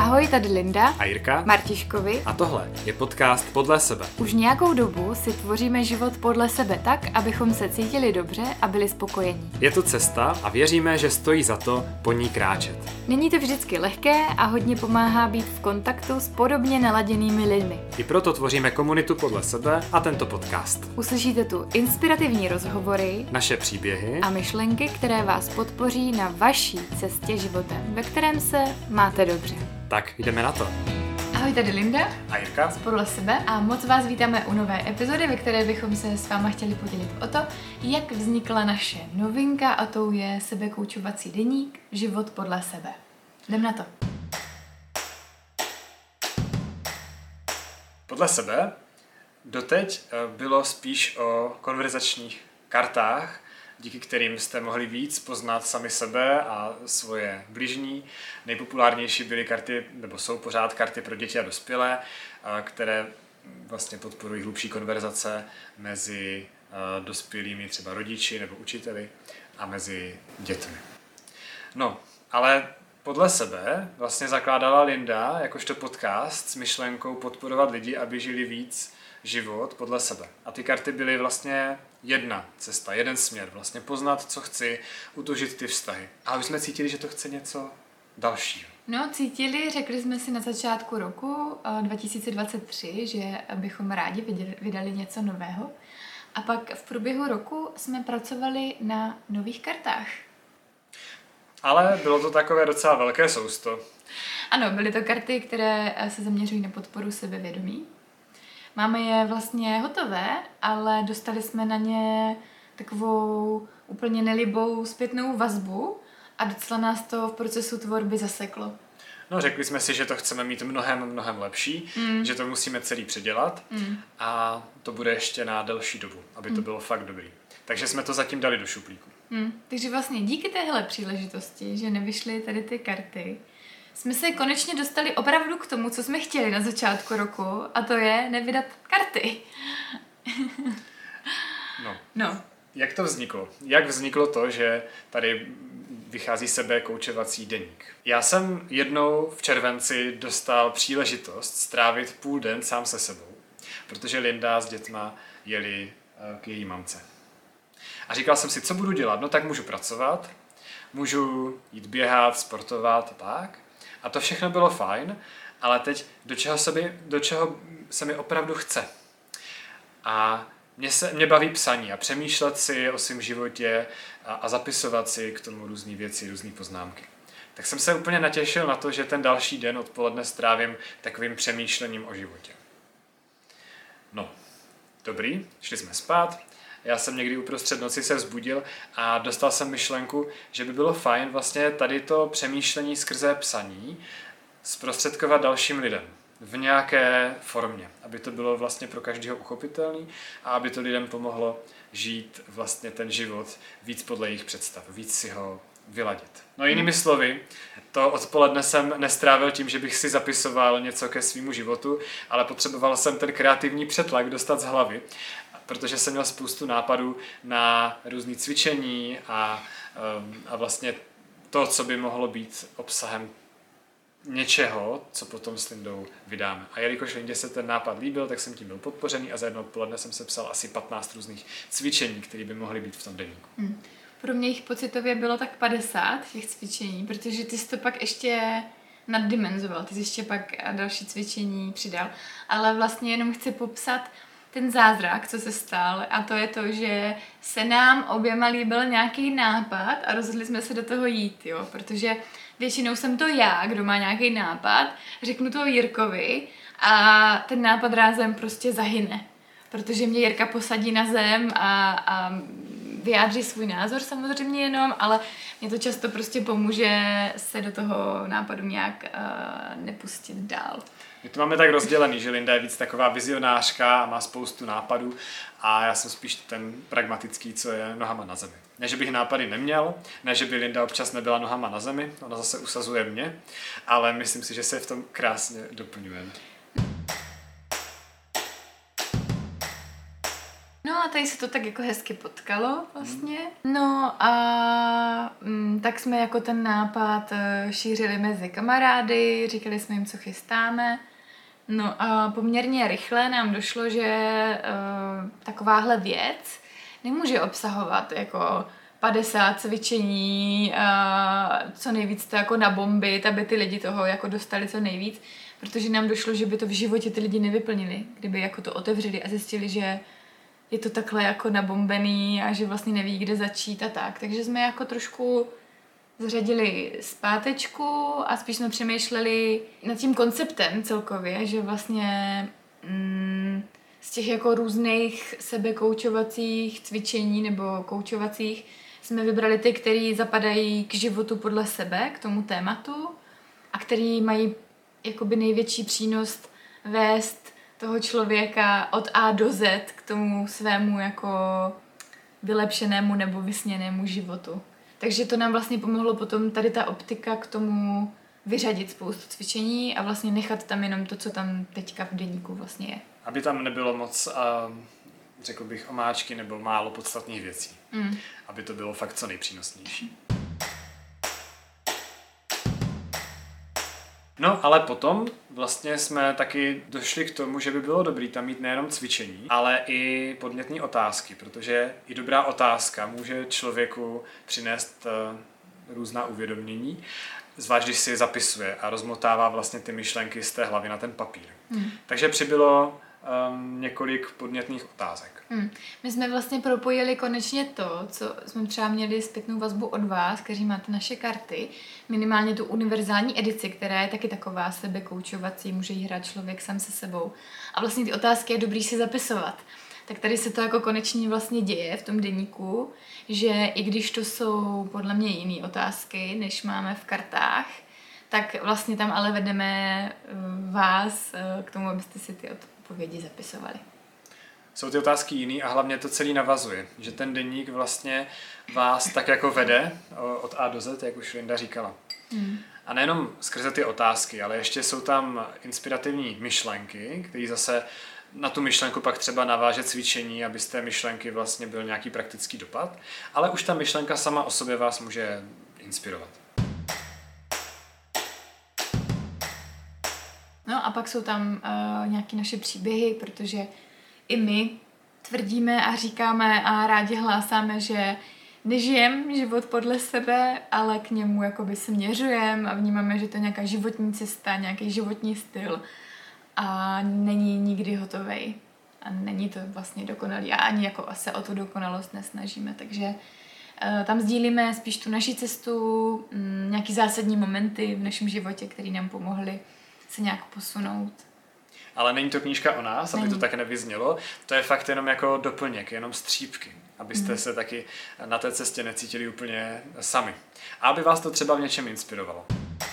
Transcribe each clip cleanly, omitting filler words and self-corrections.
Ahoj, tady Linda a Jirka Martiškovi a tohle je podcast Podle sebe. Už nějakou dobu si tvoříme život podle sebe tak, abychom se cítili dobře a byli spokojení. Je to cesta a věříme, že stojí za to po ní kráčet. Není to vždycky lehké a hodně pomáhá být v kontaktu s podobně naladěnými lidmi. I proto tvoříme komunitu Podle sebe a tento podcast. Uslyšíte tu inspirativní rozhovory, naše příběhy a myšlenky, které vás podpoří na vaší cestě životem, ve kterém se máte dobře. Tak jdeme na to. Ahoj, tady Linda a Jirka Podle sebe a moc vás vítáme u nové epizody, ve které bychom se s váma chtěli podělit o to, jak vznikla naše novinka, a tou je sebekoučovací deník Život podle sebe. Jdem na to. Podle sebe doteď bylo spíš o konverzačních kartách, díky kterým jste mohli víc poznat sami sebe a svoje bližní. Nejpopulárnější byly karty, nebo jsou pořád karty pro děti a dospělé, které vlastně podporují hlubší konverzace mezi dospělými, třeba rodiči nebo učiteli, a mezi dětmi. No, ale Podle sebe vlastně zakládala Linda jakožto podcast s myšlenkou podporovat lidi, aby žili víc život podle sebe. A ty karty byly vlastně jedna cesta, jeden směr, vlastně poznat, co chci, utužit ty vztahy. A už jsme cítili, že to chce něco dalšího. No, cítili, řekli jsme si na začátku roku 2023, že bychom rádi vydali něco nového. A pak v průběhu roku jsme pracovali na nových kartách. Ale bylo to takové docela velké sousto. Ano, byly to karty, které se zaměřují na podporu sebevědomí. Máme je vlastně hotové, ale dostali jsme na ně takovou úplně nelibou zpětnou vazbu a docela nás to v procesu tvorby zaseklo. No, řekli jsme si, že to chceme mít mnohem lepší, že to musíme celý předělat a to bude ještě na delší dobu, aby to bylo fakt dobrý. Takže jsme to zatím dali do šuplíku. Takže vlastně díky téhle příležitosti, že nevyšly tady ty karty, jsme se konečně dostali opravdu k tomu, co jsme chtěli na začátku roku, a to je nevydat karty. No. Jak to vzniklo? Jak vzniklo to, že tady vychází sebekoučovací deník? Já jsem jednou v červenci dostal příležitost strávit půl den sám se sebou, protože Linda s dětma jeli k její mamce. A říkal jsem si, co budu dělat? No tak můžu pracovat, můžu jít běhat, sportovat a tak. A to všechno bylo fajn, ale teď do čeho se mi opravdu chce. A mě baví psaní a přemýšlet si o svém životě a zapisovat si k tomu různé věci, různé poznámky. Tak jsem se úplně natěšil na to, že ten další den odpoledne strávím takovým přemýšlením o životě. No, dobrý, šli jsme spát. Já jsem někdy uprostřed noci se vzbudil a dostal jsem myšlenku, že by bylo fajn vlastně tady to přemýšlení skrze psaní zprostředkovat dalším lidem v nějaké formě, aby to bylo vlastně pro každého uchopitelný a aby to lidem pomohlo žít vlastně ten život víc podle jejich představ, víc si ho vyladit. No, jinými slovy, to odpoledne jsem nestrávil tím, že bych si zapisoval něco ke svému životu, ale potřeboval jsem ten kreativní přetlak dostat z hlavy, protože jsem měl spoustu nápadů na různé cvičení a vlastně to, co by mohlo být obsahem něčeho, co potom s Lindou vydáme. A jelikož Lindě se ten nápad líbil, tak jsem tím byl podpořený a za jedno odpoledne jsem sepsal asi 15 různých cvičení, které by mohly být v tom deníku. Pro mě jich pocitově bylo tak 50 těch cvičení, protože ty jsi to pak ještě naddimenzoval, ty jsi ještě pak další cvičení přidal. Ale vlastně jenom chci popsat ten zázrak, co se stal, a to je to, že se nám oběma líbil nějaký nápad a rozhodli jsme se do toho jít, jo, protože většinou jsem to já, kdo má nějaký nápad, řeknu to Jirkovi a ten nápad rázem prostě zahyne, protože mě Jirka posadí na zem a vyjádří svůj názor samozřejmě jenom, ale mě to často prostě pomůže se do toho nápadu nějak nepustit dál. My to máme tak rozdělený, že Linda je víc taková vizionářka a má spoustu nápadů a já jsem spíš ten pragmatický, co je nohama na zemi. Ne, že bych nápady neměl, ne, že by Linda občas nebyla nohama na zemi, ona zase usazuje mě, ale myslím si, že se v tom krásně doplňujeme. No a tady se to tak jako hezky potkalo vlastně. No a tak jsme jako ten nápad šířili mezi kamarády, říkali jsme jim, co chystáme. No a poměrně rychle nám došlo, že takováhle věc nemůže obsahovat jako 50 cvičení, co nejvíc to jako nabombit, aby ty lidi toho jako dostali co nejvíc, protože nám došlo, že by to v životě ty lidi nevyplnili, kdyby jako to otevřeli a zjistili, že je to takhle jako nabombený a že vlastně neví, kde začít a tak. Takže jsme jako trošku zařadili zpátečku a spíš jsme přemýšleli nad tím konceptem celkově, že vlastně z těch jako různých sebekoučovacích cvičení nebo koučovacích jsme vybrali ty, které zapadají k životu podle sebe, k tomu tématu a který mají jakoby největší přínos vést toho člověka od A do Z k tomu svému jako vylepšenému nebo vysněnému životu. Takže to nám vlastně pomohlo potom tady ta optika k tomu vyřadit spoustu cvičení a vlastně nechat tam jenom to, co tam teďka v deníku vlastně je. Aby tam nebylo moc, řekl bych, omáčky nebo málo podstatných věcí. Aby to bylo fakt co nejpřínosnější. No, ale potom vlastně jsme taky došli k tomu, že by bylo dobré tam mít nejenom cvičení, ale i podnětné otázky, protože i dobrá otázka může člověku přinést různá uvědomění, zvlášť když si je zapisuje a rozmotává vlastně ty myšlenky z té hlavy na ten papír. Takže přibylo několik podnětných otázek. My jsme vlastně propojili konečně to, co jsme třeba měli zpětnou vazbu od vás, kteří máte naše karty, minimálně tu univerzální edici, která je taky taková sebekoučovací, může jí hrát člověk sám se sebou. A vlastně ty otázky je dobrý si zapisovat. Tak tady se to jako konečně vlastně děje v tom deníku, že i když to jsou podle mě jiné otázky, než máme v kartách, tak vlastně tam ale vedeme vás k tomu, abyste si ty odpovědi zapisovali. Jsou ty otázky jiný a hlavně to celý navazuje, že ten deník vlastně vás tak jako vede od A do Z, jak už Linda říkala. A nejenom skrze ty otázky, ale ještě jsou tam inspirativní myšlenky, které zase na tu myšlenku pak třeba naváže cvičení, aby z té myšlenky vlastně byl nějaký praktický dopad, ale už ta myšlenka sama o sobě vás může inspirovat. No a pak jsou tam nějaké naše příběhy, protože i my tvrdíme a říkáme a rádi hlásáme, že nežijem život podle sebe, ale k němu jakoby směřujeme a vnímáme, že to je nějaká životní cesta, nějaký životní styl a není nikdy hotovej. A není to vlastně dokonalý a ani jako se o tu dokonalost nesnažíme, takže tam sdílíme spíš tu naši cestu, nějaký zásadní momenty v našem životě, které nám pomohly se nějak posunout. Ale není to knížka o nás, aby to tak nevyznělo. To je fakt jenom jako doplněk, jenom střípky, abyste se taky na té cestě necítili úplně sami. A aby vás to třeba v něčem inspirovalo.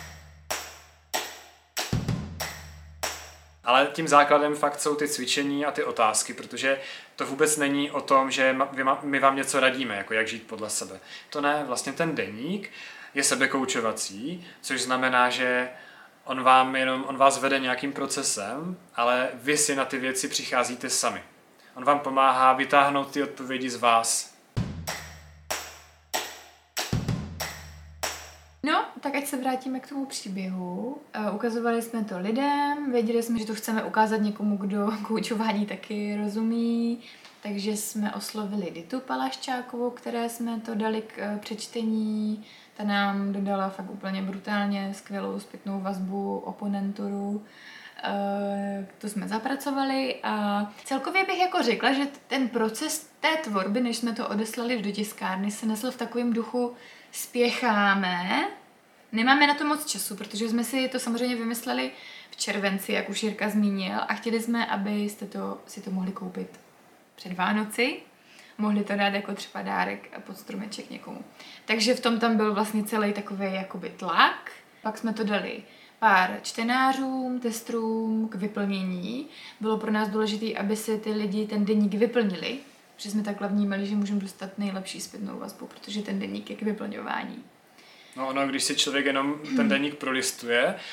Ale tím základem fakt jsou ty cvičení a ty otázky, protože to vůbec není o tom, že my vám něco radíme, jako jak žít podle sebe. To ne, vlastně ten deník je sebekoučovací, což znamená, že on vás vede nějakým procesem, ale vy si na ty věci přicházíte sami. On vám pomáhá vytáhnout ty odpovědi z vás. No, tak ať se vrátíme k tomu příběhu. Ukazovali jsme to lidem, věděli jsme, že to chceme ukázat někomu, kdo koučování taky rozumí, takže jsme oslovili Ditu Palaščákovou, které jsme to dali k přečtení. Ta nám dodala fakt úplně brutálně skvělou zpětnou vazbu, oponenturu. To jsme zapracovali a celkově bych jako řekla, že ten proces té tvorby, než jsme to odeslali do tiskárny, se nesl v takovém duchu spěcháme, nemáme na to moc času, protože jsme si to samozřejmě vymysleli v červenci, jak už Jirka zmínil, a chtěli jsme, abyste si to mohli koupit před Vánoci, mohli to dát jako třeba dárek pod stromeček někomu. Takže v tom tam byl vlastně celý takový jakoby tlak. Pak jsme to dali pár čtenářům, testrům k vyplnění. Bylo pro nás důležité, aby si ty lidi ten deník vyplnili, protože jsme takhle vnímali, že můžeme dostat nejlepší zpětnou vazbu, protože ten deník je k vyplňování. No, když si člověk jenom ten deník prolistuje,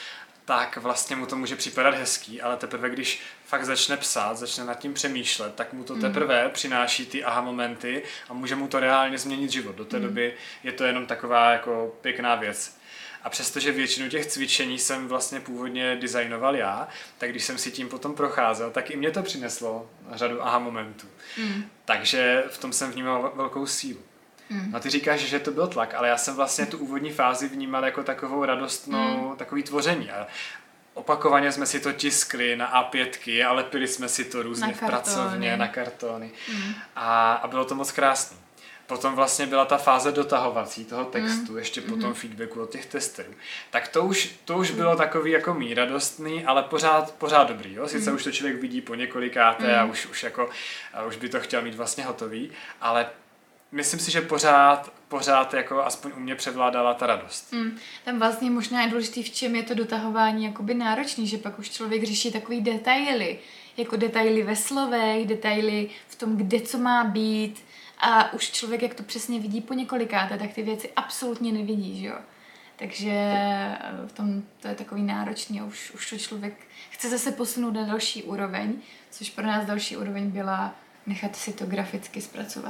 tak vlastně mu to může připadat hezký, ale teprve když fakt začne psát, začne nad tím přemýšlet, tak mu to teprve přináší ty aha momenty a může mu to reálně změnit život. Do té doby je to jenom taková jako pěkná věc. A přestože většinu těch cvičení jsem vlastně původně designoval já, tak když jsem si tím potom procházel, tak i mě to přineslo řadu aha momentů. Takže v tom jsem vnímal velkou sílu. No ty říkáš, že to byl tlak, ale já jsem vlastně tu úvodní fázi vnímal jako takovou radostnou, takový tvoření. A opakovaně jsme si to tiskli na A5 a lepili jsme si to různě v pracovně, na kartony. A bylo to moc krásný. Potom vlastně byla ta fáze dotahovací toho textu, ještě po tom feedbacku od těch testerů. Tak to už bylo takový jako radostný, ale pořád dobrý. Jo? Sice už to člověk vidí po několikáté a už by to chtěl mít vlastně hotový, ale myslím si, že pořád jako aspoň u mě převládala ta radost. Tam vlastně možná je důležitý, v čem je to dotahování jakoby náročný, že pak už člověk řeší takový detaily, jako detaily ve slovech, detaily v tom, kde co má být, a už člověk, jak to přesně vidí po několikáté, tak ty věci absolutně nevidí, že jo. Takže v tom to je takový náročný a už to člověk chce zase posunout na další úroveň, což pro nás další úroveň byla nechat si to graficky zpracovat.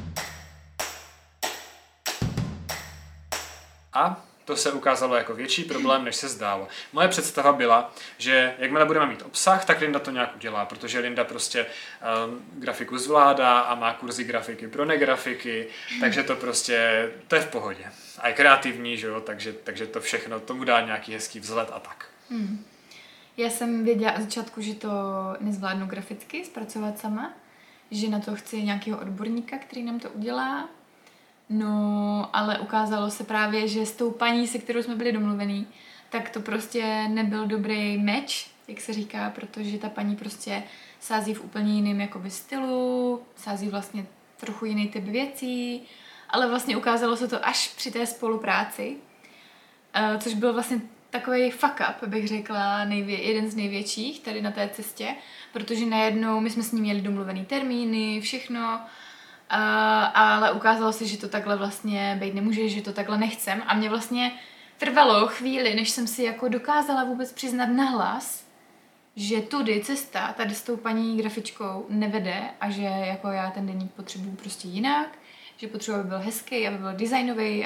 A to se ukázalo jako větší problém, než se zdálo. Moje představa byla, že jakmile budeme mít obsah, tak Linda to nějak udělá, protože Linda prostě grafiku zvládá a má kurzy grafiky pro negrafiky, takže to je v pohodě. A je kreativní, že jo, takže to všechno, tomu dá nějaký hezký vzhled a tak. Já jsem věděla od začátku, že to nezvládnu graficky zpracovat sama, že na to chci nějakého odborníka, který nám to udělá. No, ale ukázalo se právě, že s tou paní, se kterou jsme byli domluvení, tak to prostě nebyl dobrý match, jak se říká, protože ta paní prostě sází v úplně jiném jakoby stylu, sází vlastně trochu jiný typ věcí, ale vlastně ukázalo se to až při té spolupráci, což byl vlastně takový fuck up, bych řekla, jeden z největších tady na té cestě, protože najednou my jsme s ní měli domluvený termíny, všechno, ale ukázalo se, že to takhle vlastně být nemůže, že to takhle nechcem a mě vlastně trvalo chvíli, než jsem si jako dokázala vůbec přiznat nahlas, že tudy cesta tady s tou paní grafičkou nevede a že jako já ten deník potřebuju prostě jinak, že potřebuji, aby byl hezký, aby byl designový,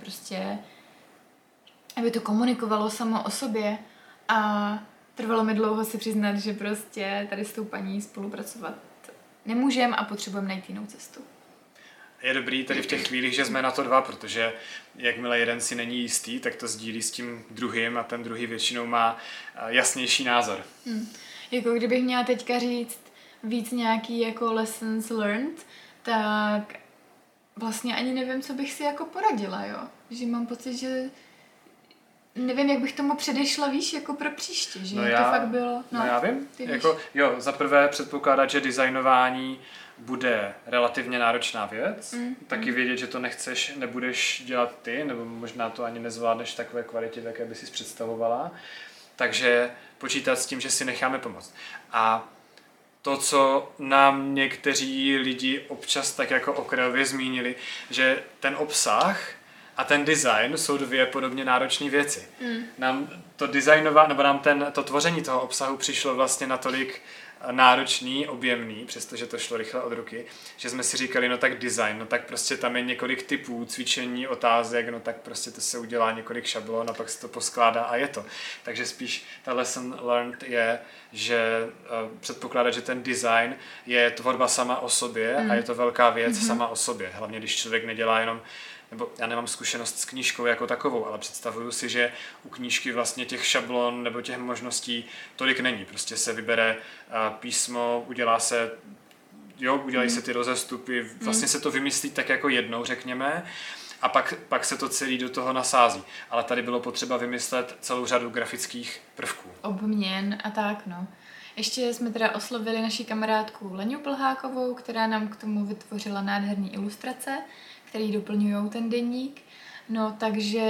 aby to komunikovalo samo o sobě a trvalo mi dlouho si přiznat, že prostě tady s tou paní spolupracovat nemůžeme a potřebujeme najít jinou cestu. Je dobrý tady v těch chvílích, že jsme na to dva, protože jakmile jeden si není jistý, tak to sdílí s tím druhým a ten druhý většinou má jasnější názor. Jako kdybych měla teďka říct víc nějaký jako lessons learned, tak vlastně ani nevím, co bych si jako poradila, jo. Že mám pocit, že nevím, jak bych tomu předešla, víš, jako pro příště, že to fakt bylo... No já vím, za prvé předpokládat, že designování bude relativně náročná věc, taky vědět, že to nebudeš dělat ty, nebo možná to ani nezvládneš v takové kvalitě, jaké by si představovala, takže počítat s tím, že si necháme pomoct. A to, co nám někteří lidi občas tak jako okrajově zmínili, že ten obsah a ten design jsou dvě podobně náročné věci. Nám to to tvoření toho obsahu přišlo vlastně natolik náročný, objemný, přestože to šlo rychle od ruky, že jsme si říkali, no tak design, no tak prostě tam je několik typů cvičení, otázek, no tak prostě to se udělá několik šablon a pak se to poskládá a je to. Takže spíš ta lesson learned je, že předpokládat, že ten design je tvorba sama o sobě a je to velká věc sama o sobě. Hlavně, když člověk nedělá jenom nebo já nemám zkušenost s knížkou jako takovou, ale představuju si, že u knížky vlastně těch šablon nebo těch možností tolik není. Prostě se vybere písmo, udělají se ty rozestupy, vlastně se to vymyslí tak jako jednou, řekněme, a pak se to celý do toho nasází. Ale tady bylo potřeba vymyslet celou řadu grafických prvků. Obměn a tak, no. Ještě jsme teda oslovili naši kamarádku Leňu Plhákovou, která nám k tomu vytvořila nádherné ilustrace, které doplňují ten deník. No, takže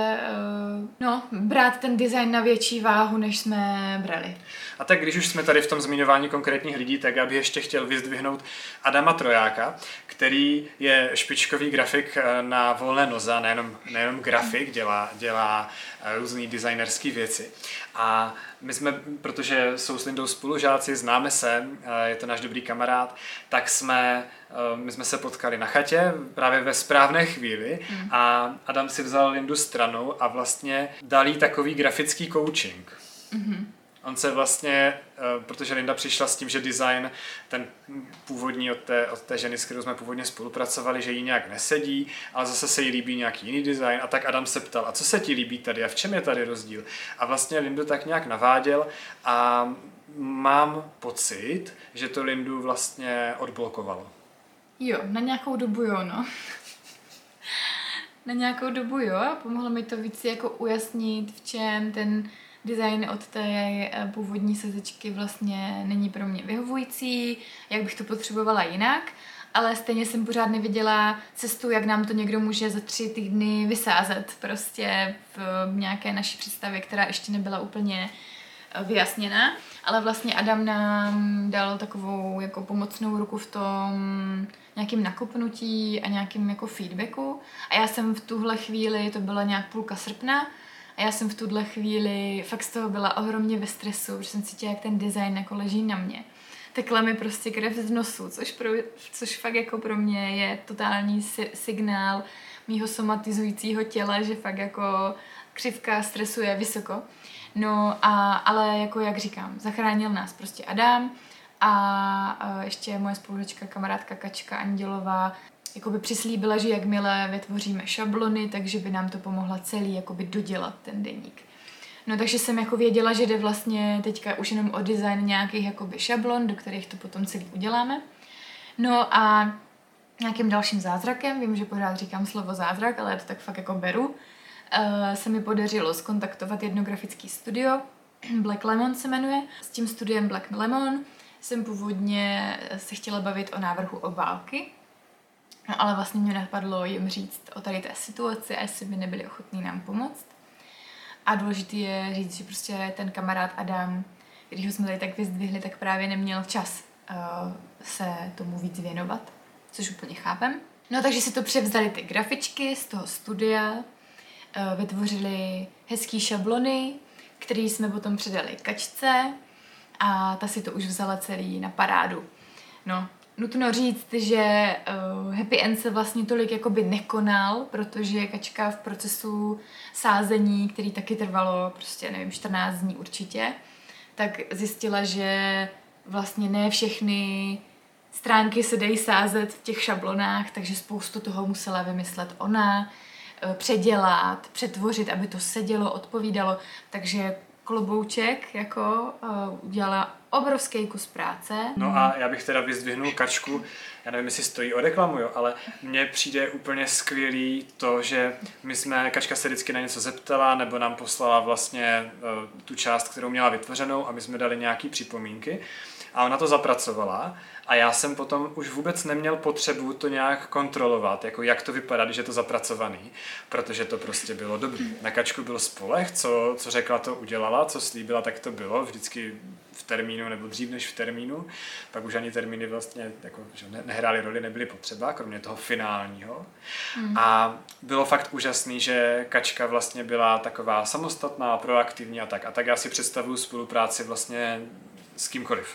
brát ten design na větší váhu, než jsme brali. A tak když už jsme tady v tom zmiňování konkrétních lidí, tak já bych ještě chtěl vyzdvihnout Adama Trojáka, který je špičkový grafik na volné noze, nejenom grafik, dělá různý designerské věci. A my jsme, protože jsou s Lindou spolužáci, známe se, je to náš dobrý kamarád, tak my jsme se potkali na chatě právě ve správné chvíli a Adam si vzal Lindu stranou a vlastně dal jí takový grafický coaching. On se vlastně, protože Linda přišla s tím, že design, ten původní od té ženy, s kterou jsme původně spolupracovali, že jí nějak nesedí, ale zase se jí líbí nějaký jiný design a tak Adam se ptal, a co se ti líbí tady a v čem je tady rozdíl? A vlastně Lindu tak nějak naváděl a mám pocit, že to Lindu vlastně odblokovalo. Jo, na nějakou dobu jo, no. Na nějakou dobu jo, a pomohlo mi to víc jako ujasnit, v čem ten design od té původní sazečky vlastně není pro mě vyhovující, jak bych to potřebovala jinak, ale stejně jsem pořád neviděla cestu, jak nám to někdo může za 3 týdny vysázet prostě v nějaké naší představě, která ještě nebyla úplně vyjasněná, ale vlastně Adam nám dal takovou jako pomocnou ruku v tom nějakým nakopnutí a nějakým jako feedbacku a já jsem v tuhle chvíli, to byla nějak půlka srpna, a já jsem v tuhle chvíli fakt z toho byla ohromně ve stresu, protože jsem cítila, jak ten design jako leží na mě. Tekla mi prostě krev z nosu, což fakt jako pro mě je totální signál mýho somatizujícího těla, že fakt jako křivka stresu je vysoko. No ale jako jak říkám, zachránil nás prostě Adam a ještě moje spolužačka, kamarádka Kačka Andělová, jakoby přislíbila, že jakmile vytvoříme šablony, takže by nám to pomohla celý jakoby dodělat ten deník. No takže jsem jako věděla, že jde vlastně teďka už jenom o design nějakých jakoby šablon, do kterých to potom celý uděláme. No a nějakým dalším zázrakem, vím, že pořád říkám slovo zázrak, ale já to tak fakt jako beru, se mi podařilo skontaktovat jedno grafické studio, Black Lemon se jmenuje. S tím studiem Black Lemon jsem původně se chtěla bavit o návrhu obálky, no ale vlastně mě napadlo jim říct o tady té situaci a jestli by nebyli ochotní nám pomoct. A důležité je říct, že prostě ten kamarád Adam, když ho jsme tady tak vyzdvihli, tak právě neměl čas se tomu víc věnovat, což úplně chápem. No takže si to převzali ty grafičky z toho studia, vytvořili hezký šablony, které jsme potom předali Kačce a ta si to už vzala celý na parádu. No, nutno říct, že Happy End se vlastně tolik jakoby nekonal, protože Kačka v procesu sázení, který taky trvalo prostě, nevím, 14 dní určitě, tak zjistila, že vlastně ne všechny stránky se dají sázet v těch šablonách, takže spoustu toho musela vymyslet ona, předělat, přetvořit, aby to sedělo, odpovídalo, takže klobouček jako udělala obrovský kus práce. No a já bych teda vyzdvihnul Kačku, já nevím, jestli stojí o reklamu, jo, ale mně přijde úplně skvělý to, že Kačka se vždycky na něco zeptala, nebo nám poslala vlastně tu část, kterou měla vytvořenou a my jsme dali nějaký připomínky a ona to zapracovala. A já jsem potom už vůbec neměl potřebu to nějak kontrolovat, jako jak to vypadá, když je to zapracovaný, protože to prostě bylo dobrý. Na Kačku byl spoleh, co řekla, to udělala, co slíbila, tak to bylo, vždycky v termínu nebo dřív než v termínu. Pak už ani termíny vlastně jako, že nehrály roli, nebyly potřeba, kromě toho finálního. A bylo fakt úžasný, že Kačka vlastně byla taková samostatná, proaktivní a tak. A tak já si představuju spolupráci vlastně s kýmkoliv.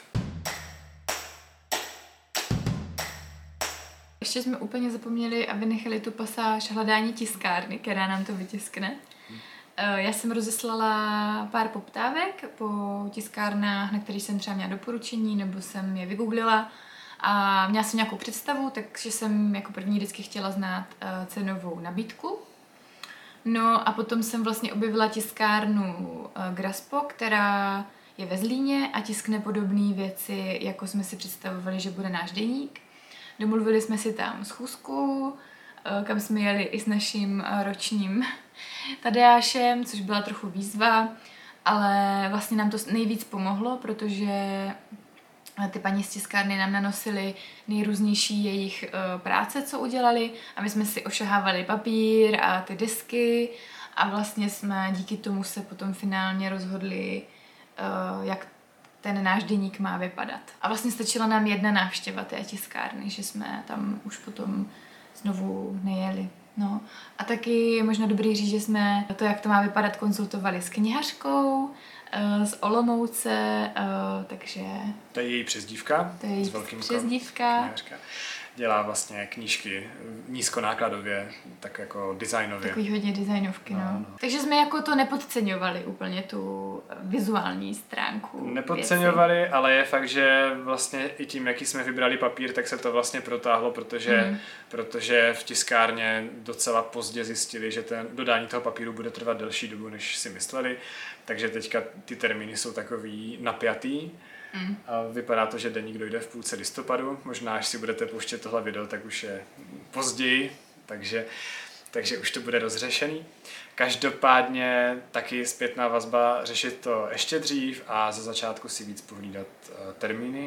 Ještě jsme úplně zapomněli a vynechali tu pasáž hledání tiskárny, která nám to vytiskne. Já jsem rozeslala pár poptávek po tiskárnách, na kterých jsem třeba měla doporučení, nebo jsem je vygooglila a měla jsem nějakou představu, takže jsem jako první vždycky chtěla znát cenovou nabídku. No a potom jsem vlastně objevila tiskárnu Graspo, která je ve Zlíně a tiskne podobné věci, jako jsme si představovali, že bude náš deník. Domluvili jsme si tam schůzku, kam jsme jeli i s naším ročním Tadeášem, což byla trochu výzva, ale vlastně nám to nejvíc pomohlo, protože ty paní z tiskárny nám nanosily nejrůznější jejich práce, co udělali a my jsme si ošahávali papír a ty desky a vlastně jsme díky tomu se potom finálně rozhodli, jak ten náš deník má vypadat. A vlastně stačila nám jedna návštěva té tiskárny, že jsme tam už potom znovu nejeli. No. A taky je možná dobrý říct, že jsme to, jak to má vypadat, konzultovali s knihařkou, z Olomouce, takže... To je její přezdívka. To je její přezdívka. Knihařka. Dělá vlastně knížky nízkonákladově, tak jako designově. Takový hodně designovky, no. Takže jsme jako to nepodceňovali úplně tu vizuální stránku. Nepodceňovali, věci. Ale je fakt, že vlastně i tím, jaký jsme vybrali papír, tak se to vlastně protáhlo, protože v tiskárně docela pozdě zjistili, že ten dodání toho papíru bude trvat delší dobu, než si mysleli. Takže teďka ty termíny jsou takový napjatý. A vypadá to, že deník dojde v půlce listopadu. Možná, až si budete pouštět tohle video, tak už je později, takže už to bude rozřešený. Každopádně taky zpětná vazba řešit to ještě dřív a ze začátku si víc pohlídat termíny.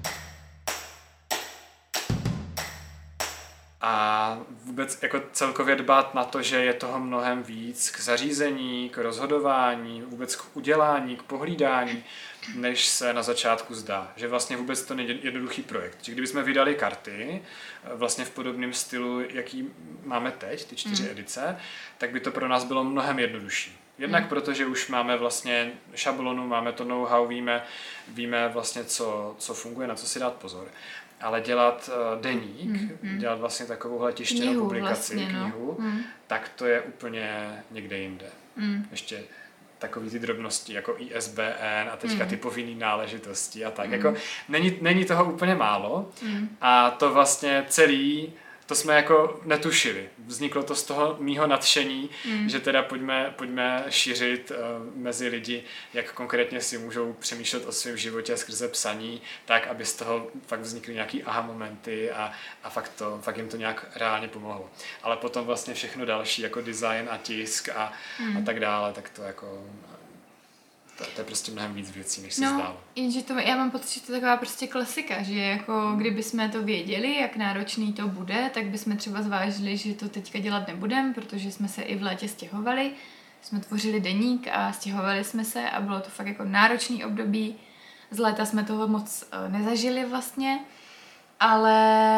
A vůbec jako celkově dbát na to, že je toho mnohem víc k zařízení, k rozhodování, vůbec k udělání, k pohlídání, než se na začátku zdá. Že vlastně vůbec to není jednoduchý projekt. Že kdybychom vydali karty vlastně v podobném stylu, jaký máme teď, ty 4 edice, tak by to pro nás bylo mnohem jednodušší. Jednak protože už máme vlastně šablonu, máme to know-how, víme vlastně, co funguje, na co si dát pozor. Ale dělat deník, dělat vlastně takovouhle tištěnou publikaci, vlastně, knihu, tak to je úplně někde jinde. Ještě takový ty drobnosti, jako ISBN a teďka ty povinné náležitosti a tak. Jako není toho úplně málo a to vlastně celý, to jsme jako netušili. Vzniklo to z toho mýho nadšení, že teda pojďme šířit mezi lidi, jak konkrétně si můžou přemýšlet o svém životě skrze psaní, tak, aby z toho fakt vznikly nějaký aha momenty a fakt jim to nějak reálně pomohlo. Ale potom vlastně všechno další, jako design a tisk a tak dále, tak to jako... To je prostě mnohem víc věcí, než se zdálo. Jenže já mám pocit, že to je taková prostě klasika, že jako kdybychom to věděli, jak náročný to bude, tak bychom třeba zvážili, že to teďka dělat nebudeme, protože jsme se i v létě stěhovali, jsme tvořili deník a stěhovali jsme se a bylo to fakt jako náročný období. Z léta jsme toho moc nezažili vlastně, ale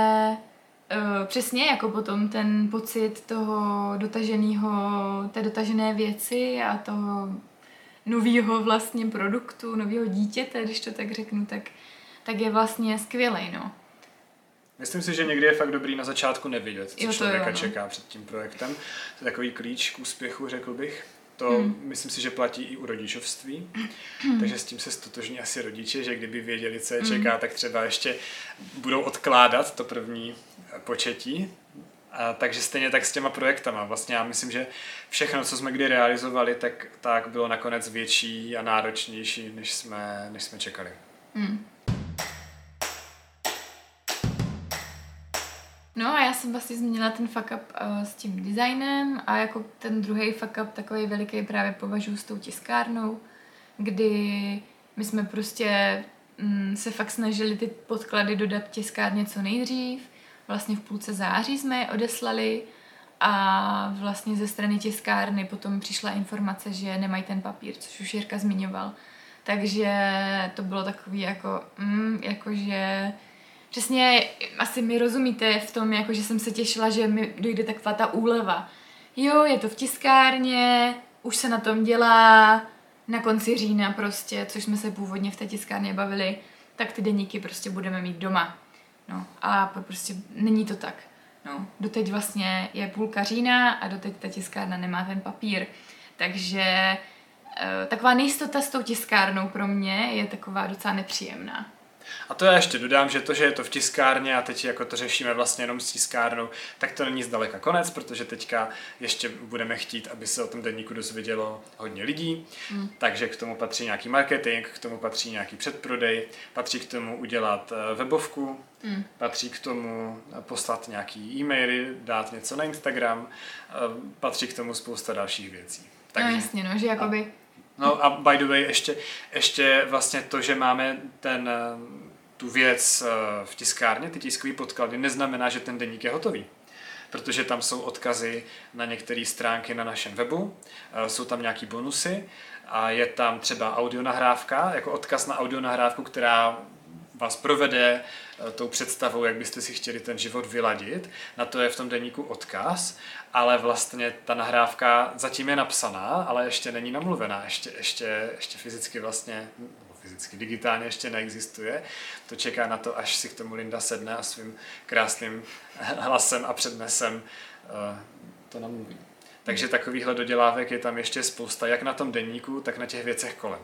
přesně jako potom ten pocit toho té dotažené věci a toho novýho vlastně produktu, novýho dítěte, když to tak řeknu, tak je vlastně skvělej, no. Myslím si, že někdy je fakt dobrý na začátku nevidět, co člověka čeká před tím projektem. To je takový klíč k úspěchu, řekl bych. To myslím si, že platí i u rodičovství, takže s tím se stotožní asi rodiče, že kdyby věděli, co je čeká, tak třeba ještě budou odkládat to první početí. Takže stejně tak s těma projektama. Vlastně já myslím, že všechno, co jsme kdy realizovali, tak bylo nakonec větší a náročnější, než jsme čekali. No a já jsem vlastně změnila ten fuck up s tím designem a jako ten druhý fuck up takový veliký právě považuji s tou tiskárnou, kdy my jsme prostě se fakt snažili ty podklady dodat tiskárně co nejdřív. Vlastně v půlce září jsme je odeslali a vlastně ze strany tiskárny potom přišla informace, že nemají ten papír, což už Jirka zmiňoval. Takže to bylo takový jakože přesně asi mi rozumíte v tom, jako že jsem se těšila, že mi dojde taková ta úleva. Jo, je to v tiskárně, už se na tom dělá, na konci října prostě, což jsme se původně v té tiskárně bavili, tak ty deníky prostě budeme mít doma. No a prostě není to tak. No, doteď vlastně je půlka října a doteď ta tiskárna nemá ten papír. Takže taková nejistota s tou tiskárnou pro mě je taková docela nepříjemná. A to já ještě dodám, že to, že je to v tiskárně a teď jako to řešíme vlastně jenom s tiskárnou, tak to není zdaleka konec, protože teďka ještě budeme chtít, aby se o tom deníku dozvědělo hodně lidí, takže k tomu patří nějaký marketing, k tomu patří nějaký předprodej, patří k tomu udělat webovku, patří k tomu poslat nějaký e-maily, dát něco na Instagram, patří k tomu spousta dalších věcí. Takže, no jasně, no, že jakoby... No a by the way, ještě vlastně to, že máme tu věc v tiskárně, ty tiskové podklady, neznamená, že ten deník je hotový. protože tam jsou odkazy na některé stránky na našem webu, jsou tam nějaký bonusy a je tam třeba audionahrávka, jako odkaz na audionahrávku, která vás provede tou představou, jak byste si chtěli ten život vyladit. Na to je v tom deníku odkaz, ale vlastně ta nahrávka zatím je napsaná, ale ještě není namluvená, ještě fyzicky vlastně, fyzicky, digitálně ještě neexistuje. To čeká na to, až si k tomu Linda sedne a svým krásným hlasem a přednesem to namluví. Takže takovýchhle dodělávek je tam ještě spousta, jak na tom deníku, tak na těch věcech kolem.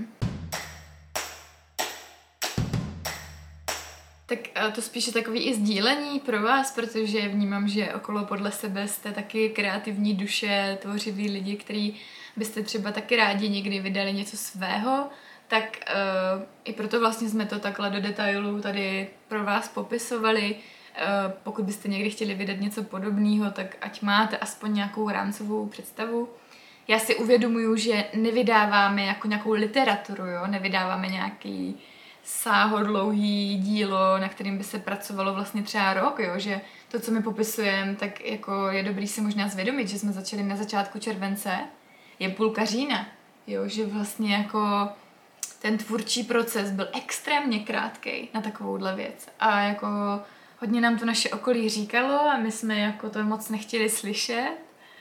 Tak to spíše takový i sdílení pro vás, protože vnímám, že okolo podle sebe jste taky kreativní duše, tvořiví lidi, který byste třeba taky rádi někdy vydali něco svého, tak i proto vlastně jsme to takhle do detailu tady pro vás popisovali. Pokud byste někdy chtěli vydat něco podobného, tak ať máte aspoň nějakou rámcovou představu. Já si uvědomuju, že nevydáváme jako nějakou literaturu, jo? Nevydáváme nějaký sáhodlouhý dílo, na kterým by se pracovalo vlastně třeba rok, jo? Že to, co my popisujeme, tak jako je dobrý si možná zvědomit, že jsme začali na začátku července, je půlka října, jo? Že vlastně jako ten tvůrčí proces byl extrémně krátkej na takovouhle věc a jako hodně nám to naše okolí říkalo a my jsme jako to moc nechtěli slyšet,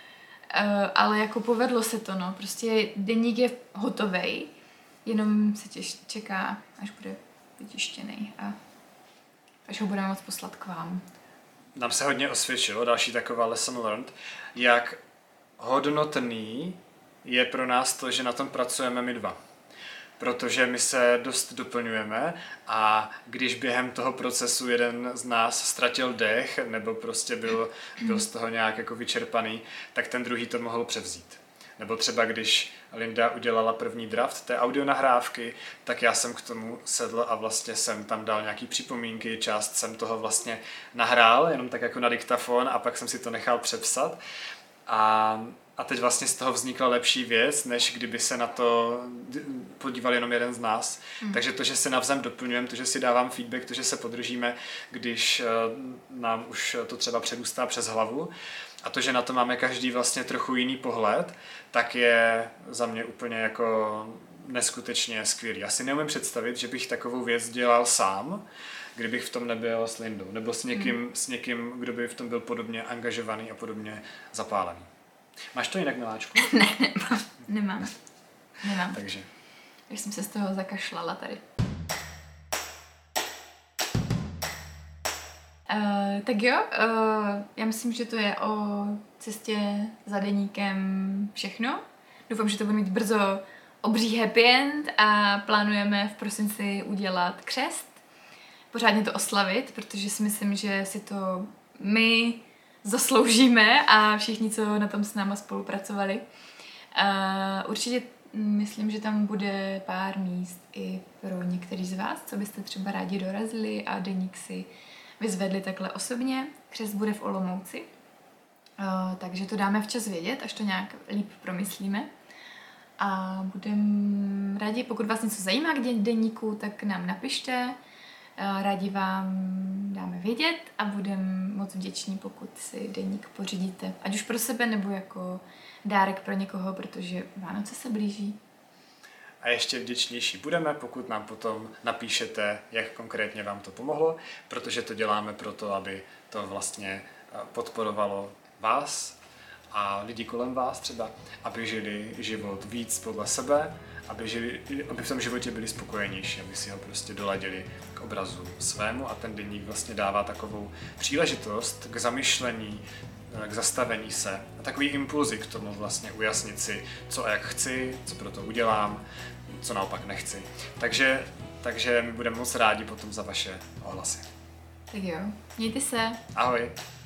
ale jako povedlo se to, no. Prostě deník je hotovej, jenom se čeká, až bude vytištěný a až ho budeme moct poslat k vám. Nám se hodně osvědčilo, další taková lesson learned, jak hodnotný je pro nás to, že na tom pracujeme my dva. Protože my se dost doplňujeme a když během toho procesu jeden z nás ztratil dech nebo prostě byl z toho nějak jako vyčerpaný, tak ten druhý to mohl převzít. Nebo třeba když Linda udělala první draft té audionahrávky, tak já jsem k tomu sedl a vlastně jsem tam dal nějaký připomínky, část jsem toho vlastně nahrál, jenom tak jako na diktafon a pak jsem si to nechal přepsat. A teď vlastně z toho vznikla lepší věc, než kdyby se na to podíval jenom jeden z nás. Takže to, že se navzájem doplňujeme, to, že si dávám feedback, to, že se podržíme, když nám už to třeba předůstá přes hlavu, a to, že na to máme každý vlastně trochu jiný pohled, tak je za mě úplně jako neskutečně skvělý. Já si neumím představit, že bych takovou věc dělal sám, kdybych v tom nebyl s Lindou, nebo s někým, kdo by v tom byl podobně angažovaný a podobně zapálený. Máš to jinak, miláčku? Ne, nemám. Takže. Když jsem se z toho zakašlala tady. Tak jo, já myslím, že to je o cestě za deníkem všechno. Doufám, že to bude mít brzo obří happy end a plánujeme v prosinci udělat křest. Pořádně to oslavit, protože si myslím, že si to my zasloužíme a všichni, co na tom s náma spolupracovali. Určitě myslím, že tam bude pár míst i pro některý z vás, co byste třeba rádi dorazili a deník si vyzvedli takhle osobně. Křest bude v Olomouci, takže to dáme včas vědět, až to nějak líp promyslíme. A budeme rádi, pokud vás něco zajímá k deníku, tak nám napište. Rádi vám dáme vědět a budeme moc vděční, pokud si deník pořídíte. Ať už pro sebe, nebo jako dárek pro někoho, protože Vánoce se blíží. A ještě vděčnější budeme, pokud nám potom napíšete, jak konkrétně vám to pomohlo, protože to děláme proto, aby to vlastně podporovalo vás a lidi kolem vás třeba, aby žili život víc podle sebe, aby v tom životě byli spokojenější, aby si ho prostě doladili k obrazu svému a ten deník vlastně dává takovou příležitost k zamyšlení, k zastavení se a takový impulzy k tomu vlastně ujasnit si, co a jak chci, co pro to udělám, co naopak nechci. Takže my budeme moc rádi potom za vaše ohlasy. Tak jo, mějte se. Ahoj.